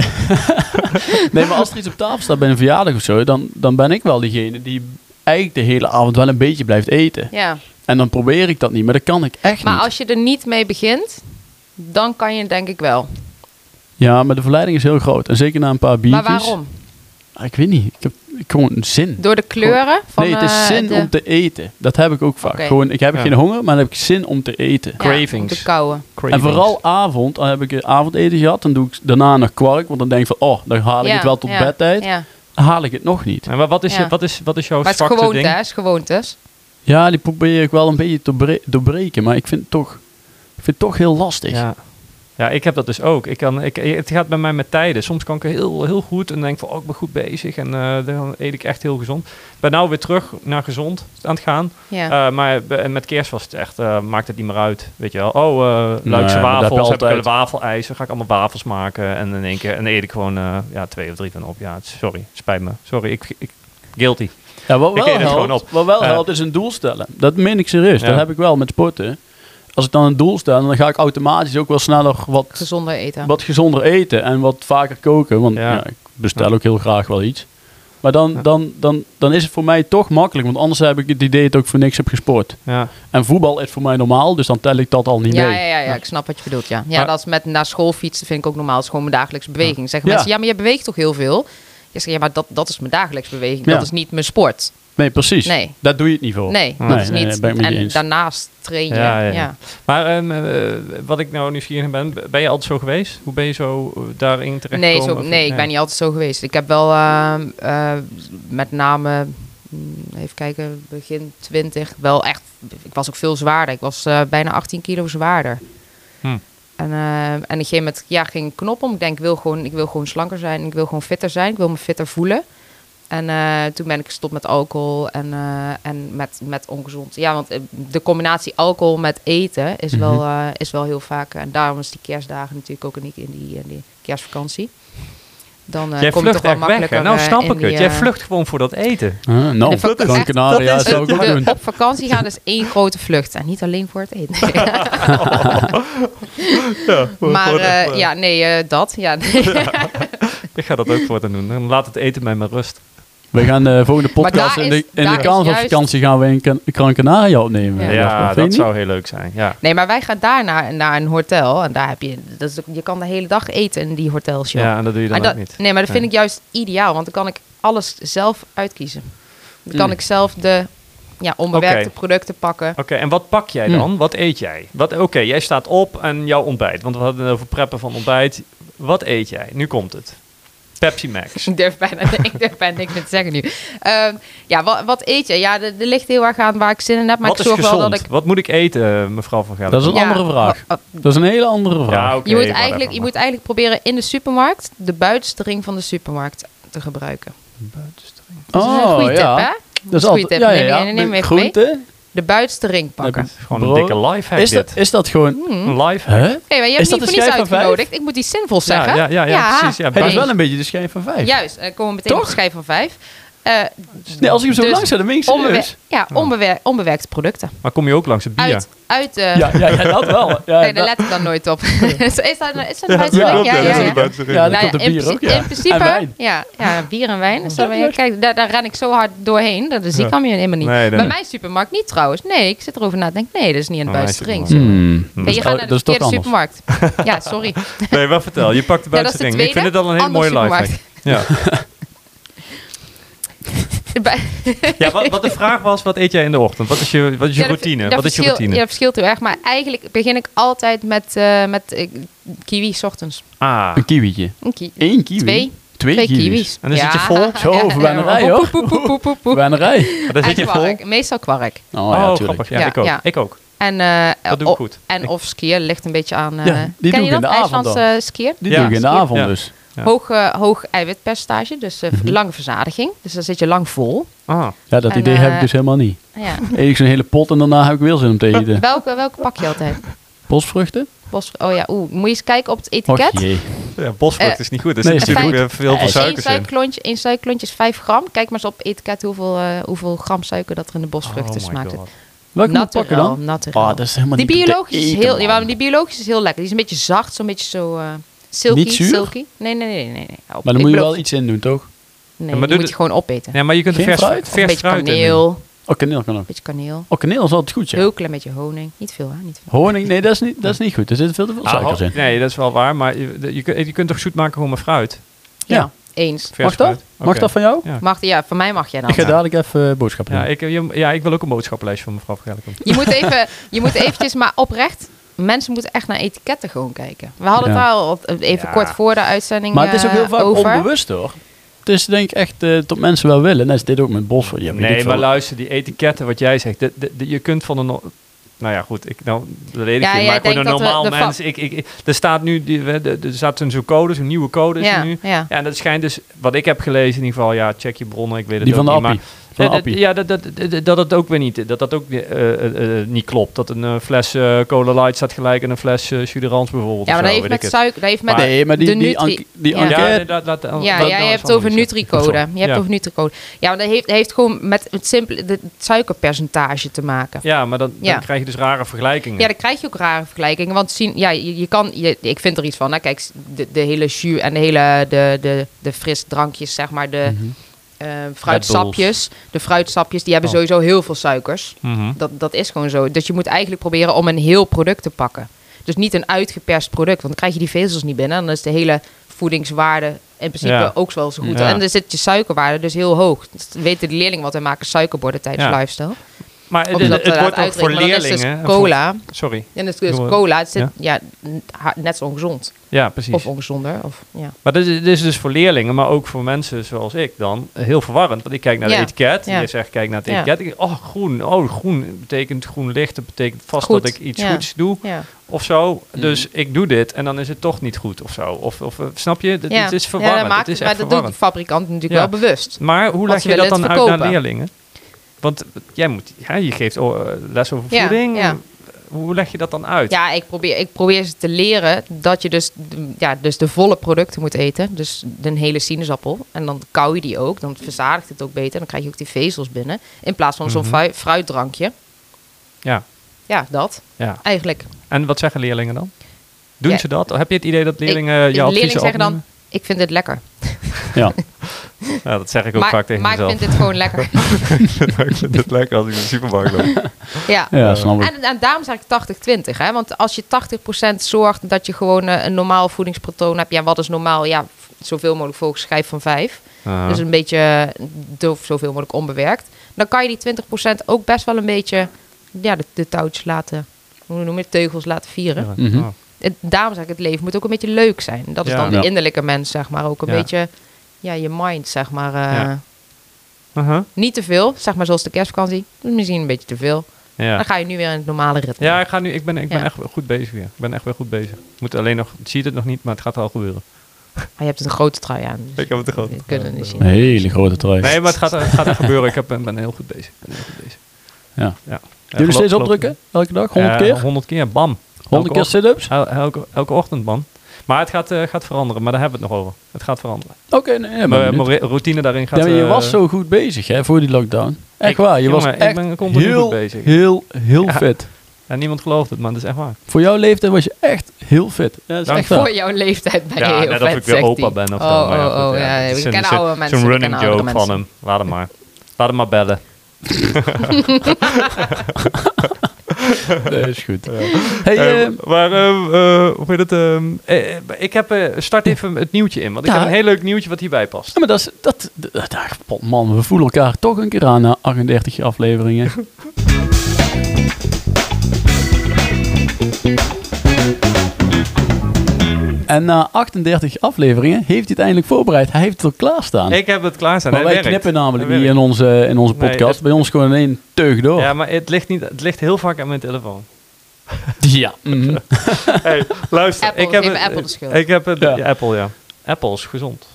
Nee, maar als er iets op tafel staat bij een verjaardag of zo, dan ben ik wel diegene die eigenlijk de hele avond wel een beetje blijft eten. Ja. En dan probeer ik dat niet, maar dat kan ik echt Maar niet. als je er niet mee begint, dan kan je het denk ik wel. Ja, maar de verleiding is heel groot. En zeker na een paar biertjes. Maar waarom? Ik weet niet. Ik heb gewoon zin. Door de kleuren? Van, Nee, het is zin om te eten. Dat heb ik ook vaak. Oké. Gewoon, ik heb geen honger, maar dan heb ik zin om te eten. Ja, Cravings. om te kauwen. En vooral avond, dan heb ik avondeten gehad. Dan doe ik daarna nog kwark. Want dan denk ik van, dan haal ik het wel tot bedtijd. Ja. Dan haal ik het nog niet. En wat is jouw Maar het is zwakste gewoonte, ding? hè? Het is gewoontes. Ja, die probeer ik wel een beetje te doorbreken. Maar ik vind het toch heel lastig. Ja, ik heb dat dus ook. Het gaat bij mij met tijden. Soms kan ik heel, heel goed en denk van, ik ben goed bezig. En dan eet ik echt heel gezond. Ik ben nou weer terug naar gezond aan het gaan. Ja. Maar met kerst was het echt, maakt het niet meer uit. Weet je wel, Luikse Nee, maar dat heb je wafels, heb ik altijd. wel wafelijs. Dan ga ik allemaal wafels maken. En in één keer eet ik gewoon 2 of 3 van op. Ja, sorry, spijt me. Sorry, ik guilty. Ja, wat Ik wel eet het gewoon helpt, op. wat wel helpt is een doel stellen. Dat meen ik serieus. Ja. Dat heb ik wel met sporten. Als ik dan een doel stel, dan ga ik automatisch ook wel sneller Gezonder eten. wat gezonder eten en wat vaker koken. Want ik bestel ook heel graag wel iets. Maar dan is het voor mij toch makkelijk. Want anders heb ik het idee dat ik voor niks heb gesport. Ja. En voetbal is voor mij normaal, dus dan tel ik dat al niet mee. Ja, ik snap wat je bedoelt, ja. Ja, Maar- dat is met naar school fietsen vind ik ook normaal. Het is gewoon mijn dagelijkse beweging. Zeggen Ja. mensen, maar je beweegt toch heel veel? Je zegt, maar dat is mijn dagelijkse beweging. Ja. Dat is niet mijn sport. Nee, precies. Nee. Daar doe je het niet voor. Nee, Nee, dat is nee, niet. ben ik met je En eens. daarnaast train je. Ja. Ja. Maar wat ik nou nieuwsgierig ben je altijd zo geweest? Hoe ben je zo daarin terechtgekomen? Nee, ik ben niet altijd zo geweest. Ik heb wel met name, even kijken, begin 20, wel echt, ik was ook veel zwaarder. Ik was bijna 18 kilo zwaarder. En op een gegeven moment ging een knop om. Ik denk, ik wil gewoon slanker zijn. Ik wil gewoon fitter zijn. Ik wil me fitter voelen. En toen ben ik gestopt met alcohol en met ongezond. Ja, want de combinatie alcohol met eten is wel heel vaak. En daarom is die kerstdagen natuurlijk ook in die kerstvakantie. Dan Jij kom je toch vlucht wel echt weg, makkelijker. hè? Nou snap ik het. die, Jij vlucht gewoon voor dat eten. Nou, de vak- Gran echt, Canaria dat is zou ik ook doen. op vakantie gaan is één grote vlucht. En niet alleen voor het eten. Dat. Ja, nee. Ik ga dat ook voortaan doen. Dan laat het eten mij maar rust. We gaan de volgende podcast daar in is de carnavalsvakantie gaan we in Gran Canaria opnemen. Ja, Vind je dat niet? zou heel leuk zijn. Ja. Nee, maar wij gaan daar naar een hotel. En daar heb je... je kan de hele dag eten in die hotels, joh. Ja, en dat doe je dan ook niet. Nee, maar dat vind ik juist ideaal. Want dan kan ik alles zelf uitkiezen. Dan kan ik zelf de onbewerkte producten pakken. Oké, en wat pak jij dan? Wat eet jij? Oké, jij staat op en jouw ontbijt. Want we hadden het over preppen van ontbijt. Wat eet jij? Nu komt het. Pepsi Max. Ik durf bijna niks meer te zeggen nu. Wat eet je? Ja, er ligt heel erg aan waar ik zin in heb. Maar Wat ik is zorg gezond? wel dat ik... Wat moet ik eten, mevrouw Van Gelder? Dat is een andere vraag. Dat is een hele andere vraag. Ja, oké, je moet whatever. eigenlijk proberen in de supermarkt de buitenste ring van de supermarkt te gebruiken. Dat is een goede tip, hè? Dat is een goede altijd, tip. Neem hem even mee. groente. De buitenste ring pakken. Gewoon een dikke lifehack Is dat gewoon... Een lifehack. Hè? Hey, maar je Is hebt dat niet een voor niets schijf van 5? uitgenodigd. Ik moet iets zinvols zeggen. Ja, precies. Ja, Het is wel een beetje de schijf van 5. Juist, dan komen we meteen op de schijf van 5. Nee, als ik hem zo Dus langs zet, dan ben ik serieus. Onbewerkte producten. Maar kom je ook langs het bier? Uit de... Ja, dat wel. Ja, Nee, daar let ik dan nooit op. is dat een buitenste ring? Ja, dat komt de bier ook, ja. In principe, En wijn. ja, bier en wijn. Dus kijk, daar ren ik zo hard doorheen. Dat zie ik je helemaal niet. Nee, Bij mijn supermarkt niet trouwens. Nee, ik zit erover na te denken. Nee, dat is niet in de buitenste ring. Je gaat naar de verkeerde supermarkt. Ja, sorry. Nee, wat vertel? Je pakt de buitenste ring. Ik vind het al een hele mooie lifehack. Ja. Ja, wat de vraag was, wat eet jij in de ochtend? Wat is je routine? Wat is je routine? Ja, verschilt heel erg. Maar eigenlijk begin ik altijd met kiwi 's ochtends. Een kiwietje. Eén kiwi? Twee kiwis. En dan zit je vol? Zo, verwijnerij hoor. Verwijnerij. Dan zit je vol? Meestal kwark. Oh ja, grappig. Ja, ik ook. Ja. Ik ook. En, dat doe ik goed. En of skiën, ligt een beetje aan... die ken doe je ik in dat? de avond dan. IJslandse skiën? Die doe ik in de avond Ja. dus. Ja. Hoog eiwitpercentage, dus lange verzadiging. Dus dan zit je lang vol. Ah. Ja, dat idee heb ik dus helemaal niet. Ja. Eet ik zo'n hele pot en daarna heb ik weer zin om te eten. Welke pak je altijd? Bosvruchten? Oh ja, moet je eens kijken op het etiket. Och jee. Ja, bosvrucht is niet goed. Er nee, zit natuurlijk veel Eén suikers in. Een suikerklontje is 5 gram. Kijk maar eens op het etiket hoeveel gram suiker dat er in de bosvruchten smaakt. Welke moet ik pakken dan? Naturel. Oh, dat is helemaal die niet biologisch is eten, heel, die biologisch is heel lekker. Die is een beetje zacht, zo'n beetje zo silky. Niet zuur? Silky. Nee. Maar dan moet je wel iets in doen, toch? Nee, ja, maar die moet je gewoon opeten. Ja, maar je kunt Geen vers fruit? Of een beetje fruit in kaneel. Oh, kaneel kan ook. Een beetje kaneel. Oh, kaneel is altijd goed, ja. Heel klein beetje honing. Niet veel, hè? Niet veel. Honing, nee, dat is niet goed. Er zitten veel te veel suikers in. Nee, dat is wel waar. Maar je kunt toch zoet maken gewoon met fruit? Ja. Eens. Vers Mag dat? fruit. Mag Oké. dat van jou? Ja. Van mij mag jij dan. Ik ga dadelijk even boodschappen doen. Ik wil ook een boodschappenlijst van mevrouw Vergelkum. Je moet eventjes, maar oprecht... Mensen moeten echt naar etiketten gewoon kijken. We hadden het daar al even kort voor de uitzending Maar het is ook heel vaak over. onbewust, hoor. Het is denk ik echt dat mensen wel willen. Net is dit ook met bos. Ja, Nee, maar luister, die etiketten, wat jij zegt. Je kunt van een... Nou ja, goed. Dat weet ik niet. Maar gewoon een normaal mens. Er staat nu er staat zo'n code, zo'n nieuwe code is er nu. Ja, en dat schijnt dus... Wat ik heb gelezen in ieder geval... Ja, check je bronnen. Ik weet het die ook van de niet. Appie. Ja, dat het ook weer niet... Dat ook niet klopt. Dat een fles Cola Light staat gelijk aan een fles Suderans bijvoorbeeld. Ja, maar dat heeft met suiker... Dat heeft met nee, maar die enquête... Ja, jij hebt het over Nutricode. Je hebt het over Nutricode. Ja, maar dat heeft gewoon met het suikerpercentage te maken. Ja, maar dan krijg je dus rare vergelijkingen. Ja, dan krijg je ook rare vergelijkingen. Want ik vind er iets van. Hè. Kijk, de hele jus en de frisdrankjes, zeg maar, fruitsapjes. De fruitsapjes, die hebben sowieso heel veel suikers. Dat is gewoon zo. Dus je moet eigenlijk proberen om een heel product te pakken. Dus niet een uitgeperst product, want dan krijg je die vezels niet binnen. En dan is de hele voedingswaarde in principe ook wel zo goed. Ja. En dan zit je suikerwaarde dus heel hoog. Dus weten de leerlingen wat wij maken suikerborden tijdens lifestyle. Maar het wordt ook voor leerlingen... Dus cola. Sorry. En dus cola, het zit net zo ongezond. Ja, precies. Of ongezonder. Maar dit is dus voor leerlingen, maar ook voor mensen zoals ik dan, heel verwarrend. Want ik kijk naar de etiket. Je zegt, kijk naar het etiket. Ik denk, groen. Oh, groen betekent groen licht. Dat betekent vast dat ik iets goeds doe. Ja. Of zo. Dus ik doe dit en dan is het toch niet goed of zo. Of snap je? Het is verwarrend. Het is echt dat doet de fabrikant natuurlijk wel bewust. Maar hoe leg je dat dan uit naar leerlingen? Want je geeft les over voeding. Ja. Hoe leg je dat dan uit? Ja, ik probeer ze te leren dat je dus de volle producten moet eten. Dus een hele sinaasappel. En dan kauw je die ook. Dan verzadigt het ook beter. Dan krijg je ook die vezels binnen. In plaats van zo'n fruitdrankje. Ja. Ja, dat. Ja. Eigenlijk. En wat zeggen leerlingen dan? Doen ze dat? Heb je het idee dat leerlingen jouw adviezen zeggen dan, ik vind dit lekker. Ja. Ja, dat zeg ik ook vaak tegen mezelf. Maar ik vind dit gewoon lekker. Ik vind het lekker als ik in de supermarkt loop. Ja, snap ik. En daarom zeg ik 80-20. Hè? Want als je 80% zorgt dat je gewoon een normaal voedingspatroon hebt. Ja, wat is normaal? Ja, zoveel mogelijk volgens schijf van 5. Dus een beetje zoveel mogelijk onbewerkt. Dan kan je die 20% ook best wel een beetje de touwtjes laten, hoe noem je het, teugels laten vieren. Ja. Mm-hmm. Daarom zeg ik, het leven moet ook een beetje leuk zijn. Dat is dan de innerlijke mens, zeg maar. Ook een beetje, je mind, zeg maar. Niet te veel, zeg maar zoals de kerstvakantie. Misschien een beetje te veel. Ja. Dan ga je nu weer in het normale ritme. Ja, ik ben echt goed bezig weer. Ik ben echt weer goed bezig. Moet alleen nog, je ziet het nog niet, maar het gaat wel gebeuren. Maar je hebt een grote trui aan. Dus ik heb het een grote kunnen niet zien. Een hele grote trui. Nee, maar het gaat echt gebeuren. Ik ben heel goed bezig. Ja. Jullie steeds opdrukken? Elke dag? 100 keer? 100 keer, bam. 100 keer sit-ups? Elke ochtend, man. Maar het gaat veranderen, maar daar hebben we het nog over. Het gaat veranderen. Oké, mijn routine daarin gaat... Ja, maar je was zo goed bezig, hè, voor die lockdown. Echt waar, je was echt goed bezig. Heel fit. Ja, niemand gelooft het, maar dat is echt waar. Voor jouw leeftijd was je echt heel fit. Ja, dat is echt voor jouw leeftijd ben je heel net vet, of ik weer opa ben of zo. We kennen oude mensen. Zo'n running joke van hem. Laat hem maar bellen. Dat is goed. Hey, hoe heet het? Ik heb... start even het nieuwtje in. Want ik heb een heel leuk nieuwtje wat hierbij past. Ja, maar man, we voelen elkaar toch een keer aan na 38 afleveringen. En na 38 afleveringen heeft hij het eindelijk voorbereid. Hij heeft het al klaarstaan. Ik heb het klaarstaan. Maar wij knippen namelijk niet in onze podcast. Bij ons gewoon in één teug door. Ja, maar het ligt heel vaak aan mijn telefoon. Ja. Hey, luister. Apple, ik heb geef Apple de schuld. Ik heb het... Ja. Apple, ja. Apple is gezond.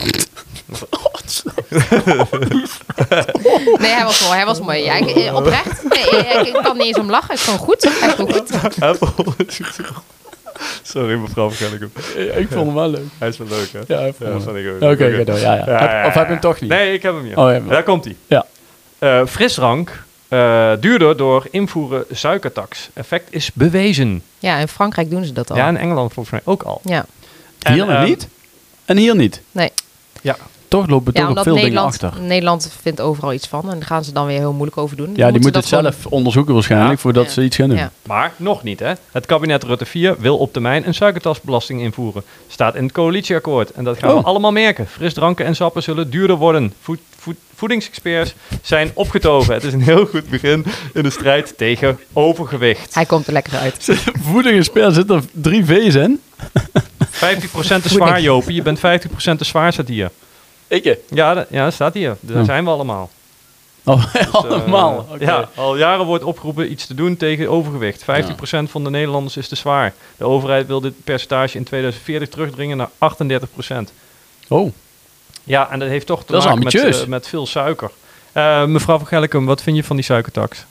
Nee, hij was mooi. Ja, oprecht. Nee, ik kan niet eens om lachen. Het is gewoon goed. Hij is gewoon goed. Apple is goed. Sorry, mevrouw Vergellicum. Ik vond hem wel leuk. Hij is wel leuk, hè? Ja, ik vond dat hem. vind ik ook. Oké, ga door. Ja. Of heb je hem toch niet? Nee, ik heb hem, ja. Oh, ja. Daar komt hij. Ja. Frisdrank duurder door invoeren suikertax. Effect is bewezen. Ja, in Frankrijk doen ze dat al. Ja, in Engeland volgens mij ook al. Ja. Hier nog niet? En hier niet? Nee. Ja. Toch lopen we toch op veel dingen achter. Nederland vindt overal iets van. En daar gaan ze dan weer heel moeilijk over doen. Ja, die moeten het zelf onderzoeken waarschijnlijk voordat ze iets gaan doen. Ja. Maar nog niet, hè. Het kabinet Rutte 4 wil op termijn een suikertasbelasting invoeren. Staat in het coalitieakkoord. En dat gaan we allemaal merken. Frisdranken en sappen zullen duurder worden. Voedingsexperts zijn opgetogen. Het is een heel goed begin in de strijd tegen overgewicht. Hij komt er lekker uit. Voedingsexpert zit er 3 V's in. 50% te zwaar, Jopie. Je bent 50% te zwaar, staat hier. Ik? Ja, dat staat hier. Daar zijn we allemaal. Oh, allemaal? Okay. Ja, al jaren wordt opgeroepen iets te doen tegen overgewicht. 50% van de Nederlanders is te zwaar. De overheid wil dit percentage in 2040 terugdringen naar 38%. Oh. Ja, en dat heeft toch te maken met veel suiker. Mevrouw van Gellicum, wat vind je van die suikertax?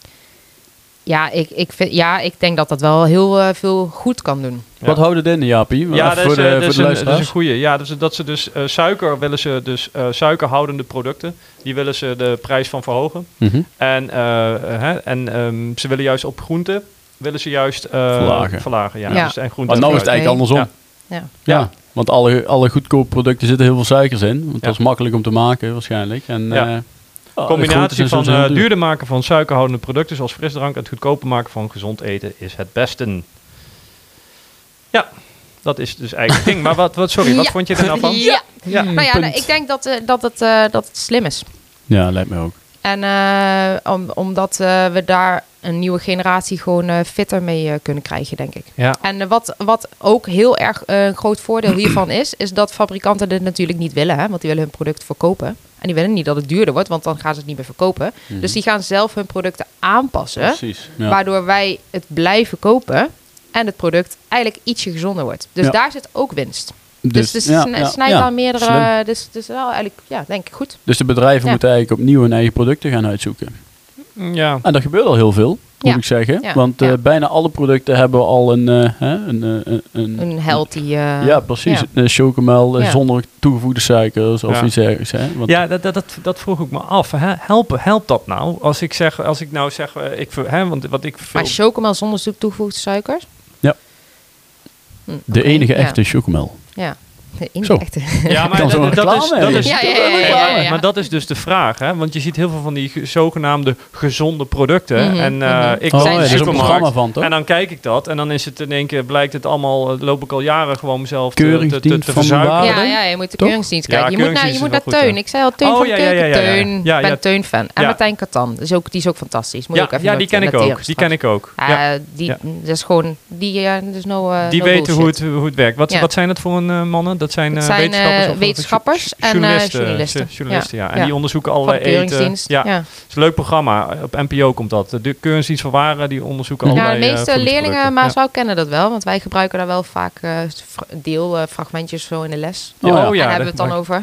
Ja, ik denk dat dat wel heel veel goed kan doen. Ja. Wat houdt het in, Jaapie? Ja, dat is een goeie. Ja, dat ze dus suiker willen ze dus suikerhoudende producten. Die willen ze de prijs van verhogen. Mm-hmm. En ze willen juist op groenten willen ze juist verlagen. Ja. Ja. Dus, en maar nou is het eigenlijk andersom. Ja. Want alle goedkope producten zitten heel veel suikers in. Want dat is makkelijk om te maken waarschijnlijk. En, combinatie van duurder maken van suikerhoudende producten zoals frisdrank en het goedkoper maken van gezond eten is het beste. Ja, dat is dus eigenlijk het ding. Maar wat vond je er nou van? Ja. Nou ja, ik denk dat het slim is. Ja, lijkt me ook. En omdat we daar een nieuwe generatie gewoon fitter mee kunnen krijgen, denk ik. Ja. En wat ook heel erg een groot voordeel hiervan is dat fabrikanten dit natuurlijk niet willen. Hè, want die willen hun product verkopen. En die willen niet dat het duurder wordt, want dan gaan ze het niet meer verkopen. Mm-hmm. Dus die gaan zelf hun producten aanpassen. Precies, ja. Waardoor wij het blijven kopen en het product eigenlijk ietsje gezonder wordt. Dus daar zit ook winst. Dus snijdt aan meerdere... Dus wel eigenlijk, denk ik goed. Dus de bedrijven moeten eigenlijk opnieuw hun eigen producten gaan uitzoeken. Ja. En dat gebeurt al heel veel, moet ik zeggen. Ja. Want bijna alle producten hebben al een healthy... ja, precies. Chocomel zonder toegevoegde suikers of iets ergens. Hè? Want dat vroeg ik me af. Hè? Helpt dat nou? Als ik nou zeg... Maar chocomel zonder toegevoegde suikers? Ja. De enige echte chocomel. Ja. Echte. Ja, maar maar dat is dus de vraag, hè? Want je ziet heel veel van die zogenaamde gezonde producten. Mm-hmm, en ik er is een programma van, toch? En dan kijk ik dat en dan is het in één keer blijkt het allemaal, loop ik al jaren gewoon mezelf te verzuipen. Ja, je moet de keuringsdienst kijken. Je moet naar Teun. Ik zei al, Teun van de Keuken. Teun. Ik ben Teun-fan. En Martijn Katan. Die is ook fantastisch. Ja, die ken ik ook. Die is gewoon, die weten hoe het werkt. Wat zijn het voor een mannen? Dat zijn wetenschappers en journalisten. Ja. En die onderzoeken allerlei eten. Ja, het is een leuk programma. Op NPO komt dat. De Keuringsdienst van Waren, die onderzoeken allerlei... Ja, de meeste leerlingen, maar zou kennen dat wel. Want wij gebruiken daar wel vaak deelfragmentjes zo in de les. En daar hebben we het dan over.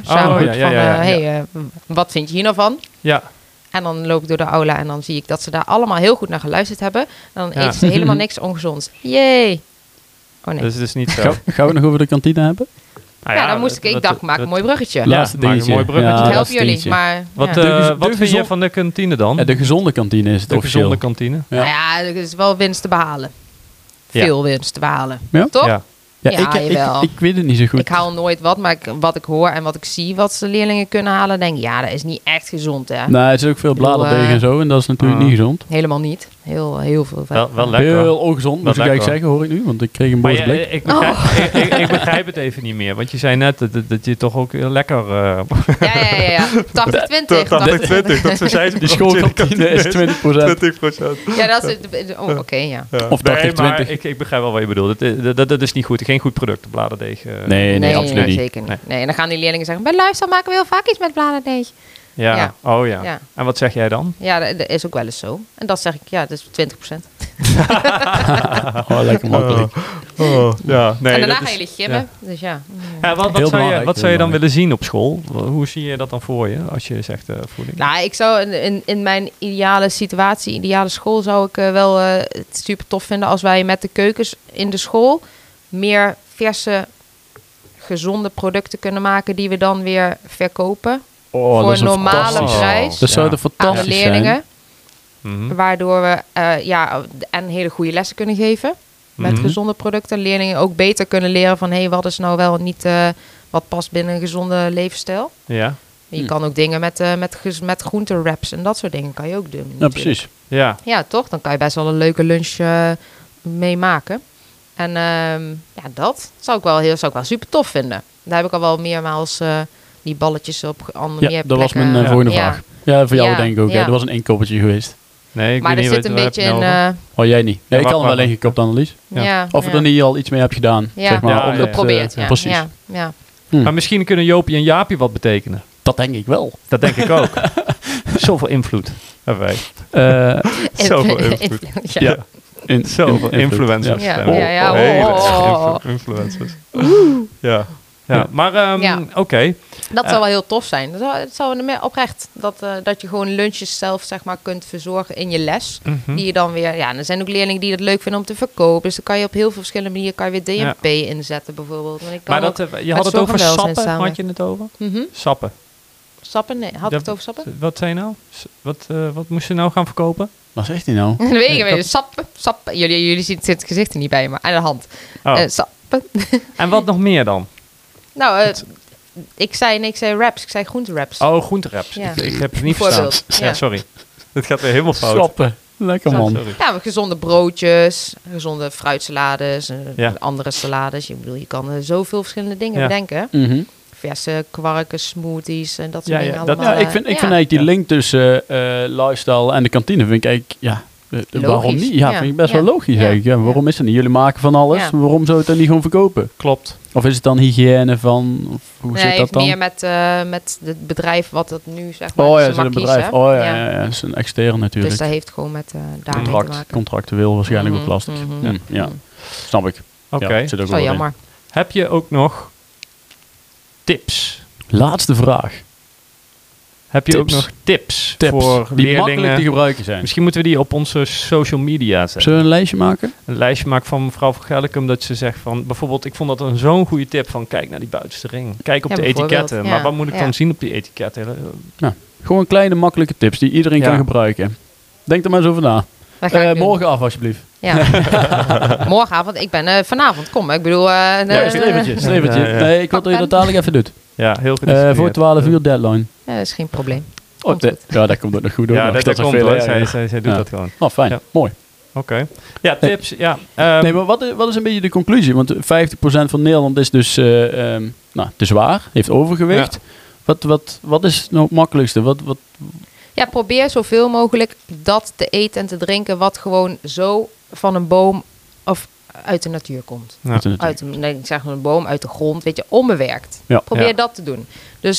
Wat vind je hier nou van? Ja. En dan loop ik door de aula en dan zie ik dat ze daar allemaal heel goed naar geluisterd hebben. En dan eten ze helemaal niks ongezonds. Jee! Oh nee. Dus het is niet zo. Gaan we het nog over de kantine hebben? Dan moest ik dacht, maak een mooi bruggetje. Laatste dingetje. Maak een mooi bruggetje. Ik help jullie, maar... Wat vind je van de kantine dan? De gezonde kantine is het de gezonde kantine. Ja. Nou ja, er is wel winst te behalen. Veel winst te behalen. Ja? Toch? Ja. Ik weet het niet zo goed. Ik haal nooit wat, maar wat ik hoor en wat ik zie, wat de leerlingen kunnen halen, denk ik, dat is niet echt gezond, hè? Nou, het is ook veel bladerdeeg en zo, en dat is natuurlijk niet gezond. Helemaal niet. Heel veel vet. Wel lekker. Heel ongezond, moet ik lekker. eigenlijk zeggen, hoor ik nu. Want ik kreeg een boze blik. Ik begrijp het even niet meer. Want je zei net dat je toch ook heel lekker... Ja. 80-20. 80-20, dat ze zei. Die schoolkantine is 20%. 20%. Ja, dat is... Oké, ja. Of 80-20. Maar ik begrijp wel wat je bedoelt. Dat is niet goed. Geen goed product, de bladerdeeg. Nee, absoluut niet. Zeker niet. Nee, en dan gaan die leerlingen zeggen... Bij Lifestyle maken we heel vaak iets met bladerdeeg. Ja. Oh ja. En wat zeg jij dan? Ja, dat is ook wel eens zo. En dat zeg ik, dat is 20%. Lekker makkelijk. Ja, nee, en daarna dat gaan jullie gimmen. Dus ja. Wat zou je dan willen zien op school? Hoe zie je dat dan voor je, als je zegt voeding? Nou, ik zou in mijn ideale situatie, ideale school, zou ik wel het super tof vinden als wij met de keukens in de school meer verse, gezonde producten kunnen maken die we dan weer verkopen. Voor een normale prijs Dat zou aan de leerlingen. Mm-hmm. Waardoor we en hele goede lessen kunnen geven met gezonde producten. Leerlingen ook beter kunnen leren van wat is nou wel niet wat past binnen een gezonde levensstijl. Ja. Je kan ook dingen met groentewraps en dat soort dingen kan je ook doen. Ja, precies. Ja, toch? Dan kan je best wel een leuke lunch mee maken. En dat zou ik wel super tof vinden. Daar heb ik al wel meermaals die balletjes op andere meer plekken. Dat was mijn volgende vraag. Ja, voor jou denk ik ook. Ja. Er was een inkoppertje geweest. Nee, maar er zit een beetje in... jij niet. Nee, ik kan hem wel ingekopt, Annelies. Of je er niet al iets mee hebt gedaan. Zeg maar, geprobeerd. Precies. Ja. Maar misschien kunnen Jopie en Jaapie wat betekenen. Dat denk ik wel. Dat denk ik ook. Zoveel invloed hebben wij. Zoveel invloed. Ja. Zoveel influencers. Influencers. Ja, maar oké. Dat zou wel heel tof zijn. Het zou oprecht dat je gewoon lunches zelf zeg maar kunt verzorgen in je les. Die je dan weer... Ja, en er zijn ook leerlingen die het leuk vinden om te verkopen. Dus dan kan je op heel veel verschillende manieren kan je weer DMP inzetten bijvoorbeeld. Maar je had het over sappen, had je het over? Sappen. Sappen? Nee, had ik het over sappen? Wat zei je nou? Wat moest je nou gaan verkopen? Wat zegt hij nou? Sappen. Jullie zien het gezicht er niet bij, maar aan de hand. Sappen. En wat nog meer dan? Nou, ik zei wraps. Ik zei groentewraps. Oh, groentewraps. Ja. Ik heb het niet verstaan. Ja, sorry. Dit gaat weer helemaal fout. Sappen. Lekker man. Sorry. Ja, gezonde broodjes, gezonde fruitsalades, andere salades. Je kan zoveel verschillende dingen bedenken. Verse kwarken, smoothies en dat soort dingen allemaal. Ik vind eigenlijk die link tussen lifestyle en de kantine vind ik eigenlijk, waarom niet? Ja, vind ik best wel logisch eigenlijk. Waarom is het niet? Jullie maken van alles. Ja. Waarom zou het dan niet gewoon verkopen? Klopt. Of is het dan hygiëne van? Of hoe zit dat dan? meer met het bedrijf wat het nu zeg maar. Is het een bedrijf? Dat is een extern natuurlijk. Dus dat heeft gewoon met daarmee te maken. Contractueel waarschijnlijk ook lastig. Snap ik. Oké. Dat is wel jammer. Heb je ook nog tips? Laatste vraag. Heb je ook nog tips voor die leerlingen? Makkelijk te gebruiken zijn. Misschien moeten we die op onze social media zetten. Zullen we een lijstje maken? Een lijstje maken van mevrouw van Gellicum dat ze zegt van... Bijvoorbeeld, ik vond dat zo'n goede tip van... Kijk naar die buitenste ring. Kijk op de etiketten. Ja. Maar wat moet ik dan zien op die etiketten? Gewoon kleine makkelijke tips die iedereen kan gebruiken. Denk er maar eens over na. Morgen af alsjeblieft. Ja. Morgenavond. Ik ben vanavond. Kom, ik bedoel... Strevertje. Nee, ik wil dat je dat dadelijk even doet. Ja, heel goed. Voor 12 uur deadline. Ja, dat is geen probleem. Dat komt ook nog goed door. Ja, dat komt hoor. Zij doet dat gewoon. Oh, fijn. Ja. Mooi. Oké. Ja, tips. Ja. Nee, maar wat is een beetje de conclusie? Want 50% van Nederland is dus te zwaar. Heeft overgewicht. Ja. Wat is nou het makkelijkste? Ja, probeer zoveel mogelijk dat te eten en te drinken wat gewoon zo van een boom of uit de natuur komt. Ja. Ik zeg een boom uit de grond, weet je, onbewerkt. Ja. Probeer dat te doen. Dus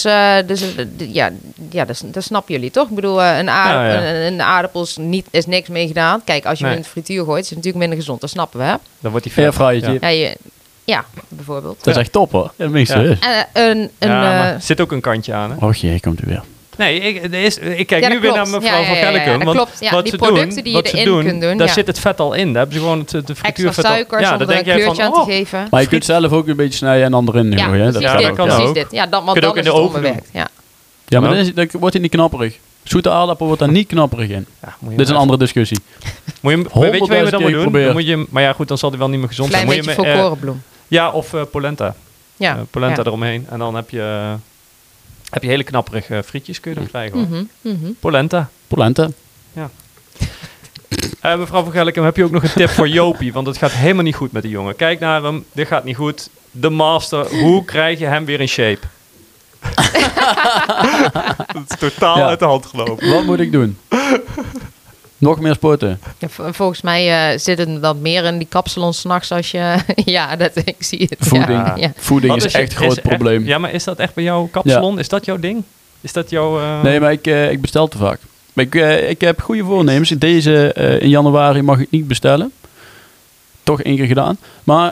dat snappen jullie toch? Ik bedoel, een aardappel is niks mee gedaan. Kijk, als je hem in de frituur gooit, is het natuurlijk minder gezond. Dat snappen we, hè? Dan wordt die vet. Ja, bijvoorbeeld. Dat is echt top, hoor. Dat meeste is. Maar zit ook een kantje aan, hè? Och jee, komt u weer. Nee, ik kijk nu weer naar mevrouw van Gellicum. Want klopt. Ja, die producten die je erin kunt doen. Daar zit het vet al in. Daar hebben ze gewoon de frituurvet extra suiker zonder een kleurtje aan te geven. Maar je kunt zelf ook een beetje snijden en dan erin gooien. Dat kan ook. Ja, want dan is het onbewerkt. Ja, maar dan wordt hij niet knapperig. Zoete aardappel wordt daar niet knapperig in. Dit is een andere discussie. Weet je wat je dan moet doen? Maar ja, goed, dan zal hij wel niet meer gezond zijn. Klein beetje volkorenbloem. Ja, of polenta. Polenta eromheen. En dan heb je hele knapperige frietjes, kun je dan krijgen. Polenta. Polenta. Ja. Mevrouw van Gellicum, heb je ook nog een tip voor Jopie? Want het gaat helemaal niet goed met die jongen. Kijk naar hem, dit gaat niet goed. De master, hoe krijg je hem weer in shape? Dat is totaal uit de hand gelopen. Wat moet ik doen? Nog meer sporten? Ja, volgens mij zit het dan meer in die kapsalons 's nachts als je... ja, ik zie het. Voeding. Ja. Voeding is echt een groot probleem. Ja, maar is dat echt bij jouw kapsalon? Ja. Is dat jouw ding? Is dat jouw... Nee, maar ik bestel te vaak. Ik heb goede voornemens. Deze in januari mag ik niet bestellen. Toch 1 keer gedaan. Maar,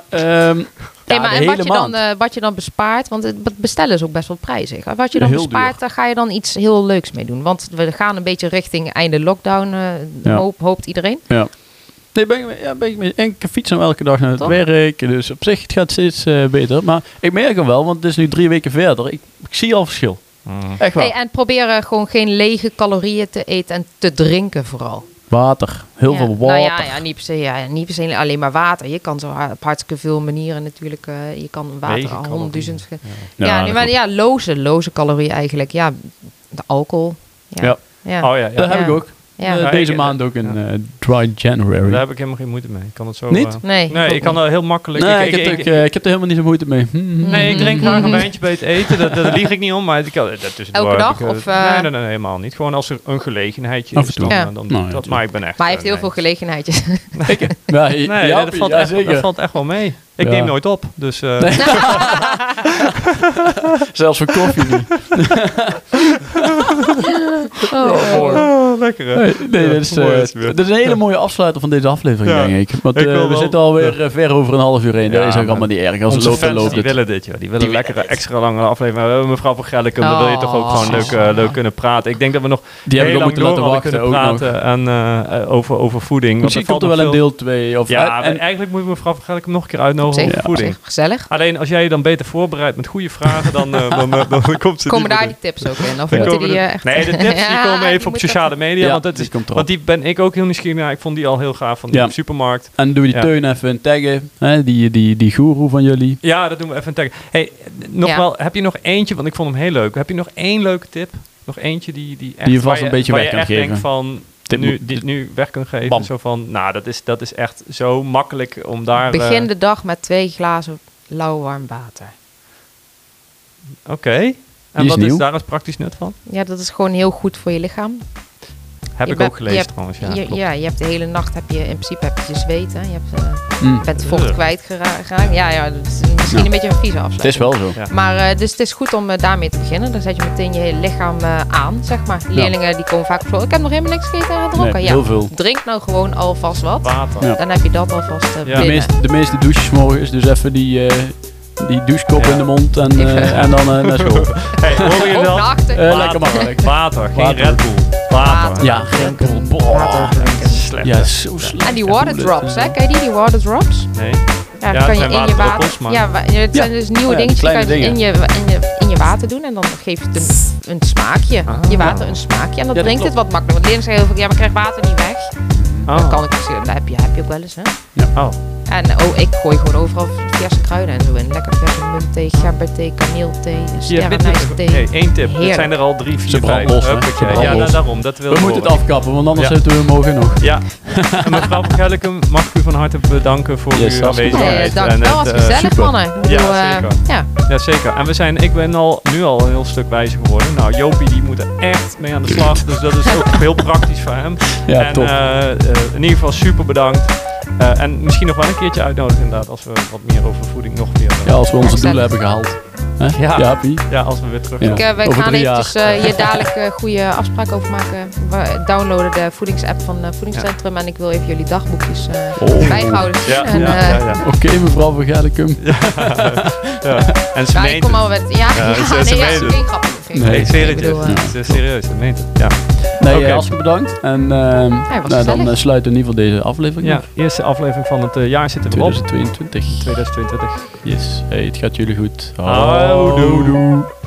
maar wat je dan bespaart, want het bestellen is ook best wel prijzig. Wat je dan bespaart, daar ga je dan iets heel leuks mee doen. Want we gaan een beetje richting einde lockdown, hoopt iedereen. Ja. Nee, ik fiets hem elke dag naar het werk. Dus op zich het gaat steeds beter. Maar ik merk hem wel, want het is nu 3 weken verder. Ik zie al verschil. Echt wel. En proberen gewoon geen lege calorieën te eten en te drinken vooral. Water. Heel veel water. Nou niet per se alleen maar water. Je kan zo op hartstikke veel manieren natuurlijk. Je kan water al 100.000... loze calorieën eigenlijk. Ja, de alcohol. Ja. Dat heb ik ook. Ja. Deze maand ook een dry January. Daar heb ik helemaal geen moeite mee. Ik kan het zo... Niet? Nee, ik kan er heel makkelijk... Nee, ik heb er helemaal niet zo moeite mee. Nee, ik drink graag een wijntje bij het eten. Daar lieg ik niet om. Maar ik kan elke dag? Nee, helemaal niet. Gewoon als er een gelegenheidje is. Maar ik ben echt... Maar hij heeft heel veel gelegenheidjes. Dat valt echt wel mee. Ik neem nooit op, dus... Zelfs voor koffie niet. Lekker hè? Dit is een hele mooie afsluiter van deze aflevering, denk ik. Want we zitten alweer ver over een half uur heen. Dat is ook allemaal niet erg. Als onze fans die willen dit, joh. Die willen lekkere, extra lange aflevering. We hebben mevrouw van Gellicum, dan wil je toch ook gewoon leuk kunnen praten. Ik denk dat we nog heel lang door kunnen praten over voeding. Misschien komt er wel een deel 2. Eigenlijk moet je mevrouw van Gellicum nog een keer uitnodigen over voeding. Gezellig. Alleen als jij je dan beter voorbereidt met goede vragen, dan komt ze... Komen daar die tips ook in? Of nee, de tips die komen even op sociale media. Want die ben ik ook heel nieuwsgierig naar. Ik vond die al heel gaaf van de supermarkt. En doe die Teun even een taggen. Die goeroe van jullie. Ja, dat doen we even een taggen. Hey, heb je nog eentje? Want ik vond hem heel leuk. Heb je nog 1 leuke tip? Nog eentje die echt... Die je vast een beetje weg kan geven. Denkt van... Dit nu weg kunnen geven. Bam. Zo van, dat is echt zo makkelijk om daar... Begin de dag met 2 glazen lauw warm water. Oké. En wat is daar als praktisch nut van? Ja, dat is gewoon heel goed voor je lichaam. Heb ik ook gelezen trouwens. Ja, je hebt de hele nacht in principe je zweten. Je bent vocht kwijtgeraakt. Ja, dat is misschien een beetje een vieze afsluiting. Het is wel zo. Ja. Maar dus het is goed om daarmee te beginnen. Dan zet je meteen je hele lichaam aan, zeg maar. Leerlingen die komen vaak op school. Ik heb nog helemaal niks gegeten en gedronken. Nee, heel veel. Drink nou gewoon alvast wat. Water. Ja. Dan heb je dat alvast binnen. De meeste douches morgens, dus even die douchekop in de mond en dan naar school. Hey, hoor je dan? Lekker makkelijk. Water, geen Red Bull. Water. Ja, geen Red Bull. Slecht. Ja, zo slecht. En die water drops, hè? Ken je die water drops? Nee. Ja, dan kan je in je water... het zijn dus nieuwe dingetjes die kan je in je water doen. En dan geeft het een smaakje. Je water een smaakje. En dan drinkt het wat makkelijker. Want Leerlingen zeggen heel veel, maar krijg water niet weg. Dat kan ik ook. Dat heb je ook wel eens, hè? Ja. En ik gooi gewoon overal verse kruiden en zo in. Lekker verse muntthee, gemberthee, kaneelthee, sterrenijsthee. Hey, 1 tip. Het zijn er al 3, 4, 5. Ja, daarom. We moeten het afkappen, want anders zitten we morgen nog. Ja. Mevrouw van Gellicum, mag ik u van harte bedanken voor uw aanwezigheid. Dank wel, was gezellig, mannen. Ja, zeker. En ik ben nu al een heel stuk wijzer geworden. Nou, Jopie die moet er echt mee aan de slag. Dus dat is ook heel praktisch voor hem. Ja, top. In ieder geval super bedankt. En misschien nog wel een keertje uitnodigen inderdaad, als we wat meer over voeding nog weer... Ja, als we onze doelen hebben gehaald. Ja, als we weer terug gaan. Wij gaan eventjes hier dadelijk goede afspraken over maken. We downloaden de voedingsapp van Voedingscentrum en ik wil even jullie dagboekjes bijhouden. Oké, mevrouw van Gellicum. En ze meent het. Dat is geen grap. Nee, ik zweer het je. Serieus, dat meent het. Ja. Nee, hartstikke bedankt. En dan sluiten we in ieder geval deze aflevering af. Eerste aflevering van het jaar zitten we 2022. op. 2022. Yes. Hey, het gaat jullie goed. Houdoe.